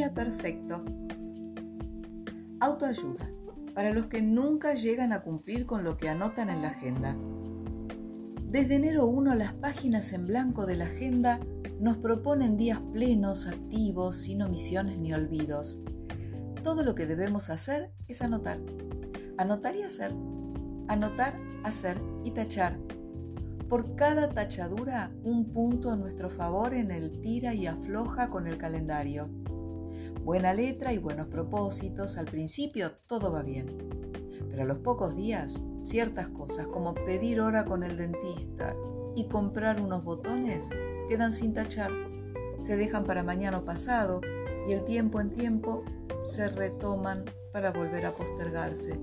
día perfecto. Autoayuda, para los que nunca llegan a cumplir con lo que anotan en la agenda. Desde enero 1, las páginas en blanco de la agenda nos proponen días plenos, activos, sin omisiones ni olvidos. Todo lo que debemos hacer es anotar. Anotar y hacer. Anotar, hacer y tachar. Por cada tachadura, un punto a nuestro favor en el tira y afloja con el calendario. Buena letra y buenos propósitos, al principio todo va bien. Pero a los pocos días, ciertas cosas como pedir hora con el dentista y comprar unos botones quedan sin tachar, se dejan para mañana o pasado y el tiempo en tiempo se retoman para volver a postergarse.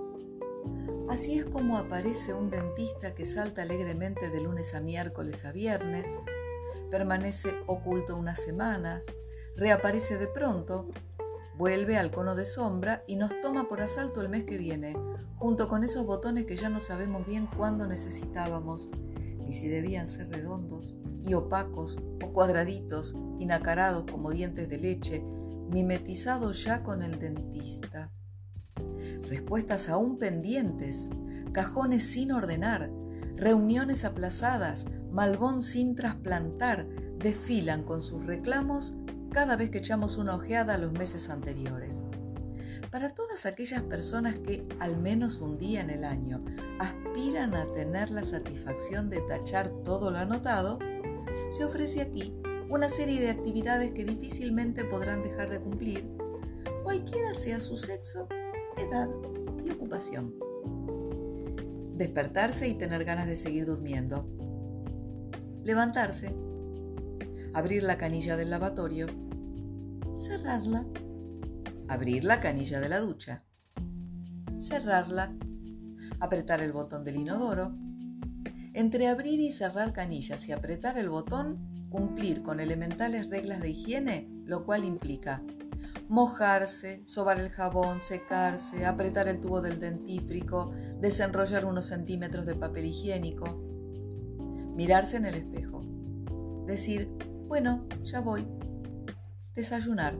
Así es como aparece un dentista que salta alegremente de lunes a miércoles a viernes, permanece oculto unas semanas, reaparece de pronto, vuelve al cono de sombra y nos toma por asalto el mes que viene, junto con esos botones que ya no sabemos bien cuándo necesitábamos, ni si debían ser redondos y opacos o cuadraditos, inacarados como dientes de leche, mimetizados ya con el dentista. Respuestas aún pendientes, cajones sin ordenar, reuniones aplazadas, malbón sin trasplantar, desfilan con sus reclamos cada vez que echamos una ojeada a los meses anteriores. Para todas aquellas personas que, al menos un día en el año, aspiran a tener la satisfacción de tachar todo lo anotado, se ofrece aquí una serie de actividades que difícilmente podrán dejar de cumplir, cualquiera sea su sexo, edad y ocupación. Despertarse y tener ganas de seguir durmiendo. Levantarse. Abrir la canilla del lavatorio. Cerrarla. Abrir la canilla de la ducha. Cerrarla. Apretar el botón del inodoro. Entre abrir y cerrar canillas y apretar el botón, cumplir con elementales reglas de higiene, lo cual implica mojarse, sobar el jabón, secarse, apretar el tubo del dentífrico, desenrollar unos centímetros de papel higiénico, mirarse en el espejo, decir, bueno, ya voy, desayunar.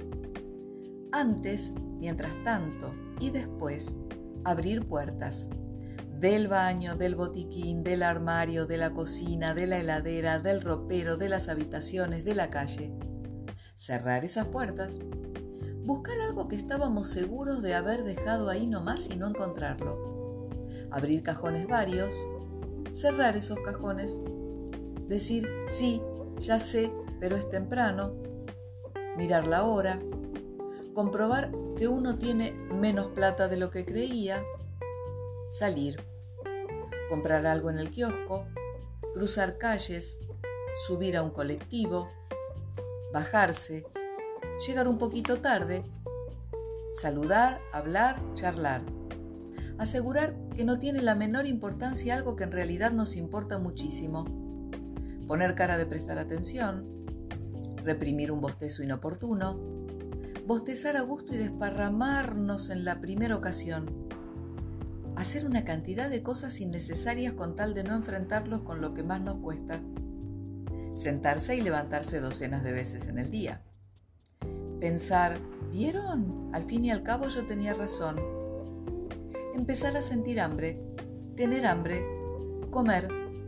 Antes, mientras tanto y después, abrir puertas. Del baño, del botiquín, del armario, de la cocina, de la heladera, del ropero, de las habitaciones, de la calle. Cerrar esas puertas. Buscar algo que estábamos seguros de haber dejado ahí nomás y no encontrarlo. Abrir cajones varios. Cerrar esos cajones. Decir, sí, ya sé, pero es temprano. Mirar la hora. Comprobar que uno tiene menos plata de lo que creía. Salir. Comprar algo en el kiosco. Cruzar calles. Subir a un colectivo. Bajarse. Llegar un poquito tarde. Saludar, hablar, charlar. Asegurar que no tiene la menor importancia algo que en realidad nos importa muchísimo. Poner cara de prestar atención. Reprimir un bostezo inoportuno. Bostezar a gusto y desparramarnos en la primera ocasión. Hacer una cantidad de cosas innecesarias con tal de no enfrentarlos con lo que más nos cuesta. Sentarse y levantarse docenas de veces en el día. Pensar, ¿vieron? Al fin y al cabo yo tenía razón. Empezar a sentir hambre, tener hambre, comer,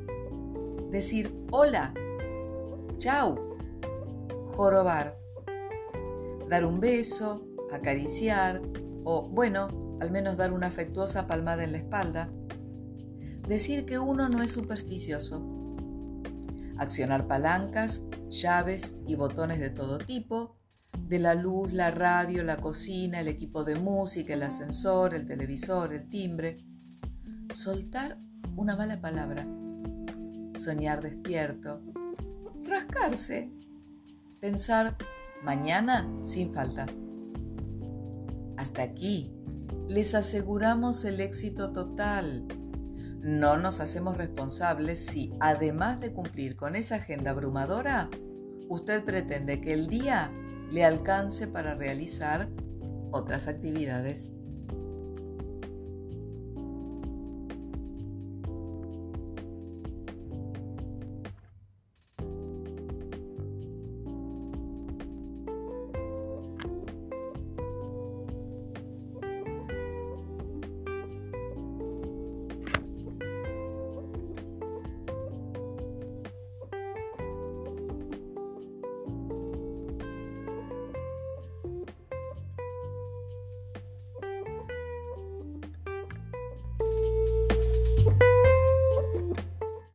decir hola, chau, jorobar, dar un beso, acariciar o, bueno, al menos dar una afectuosa palmada en la espalda, decir que uno no es supersticioso, accionar palancas, llaves y botones de todo tipo, de la luz, la radio, la cocina, el equipo de música, el ascensor, el televisor, el timbre. Soltar una mala palabra. Soñar despierto. Rascarse. Pensar mañana sin falta. Hasta aquí. Les aseguramos el éxito total. No nos hacemos responsables si, además de cumplir con esa agenda abrumadora, usted pretende que el día le alcance para realizar otras actividades.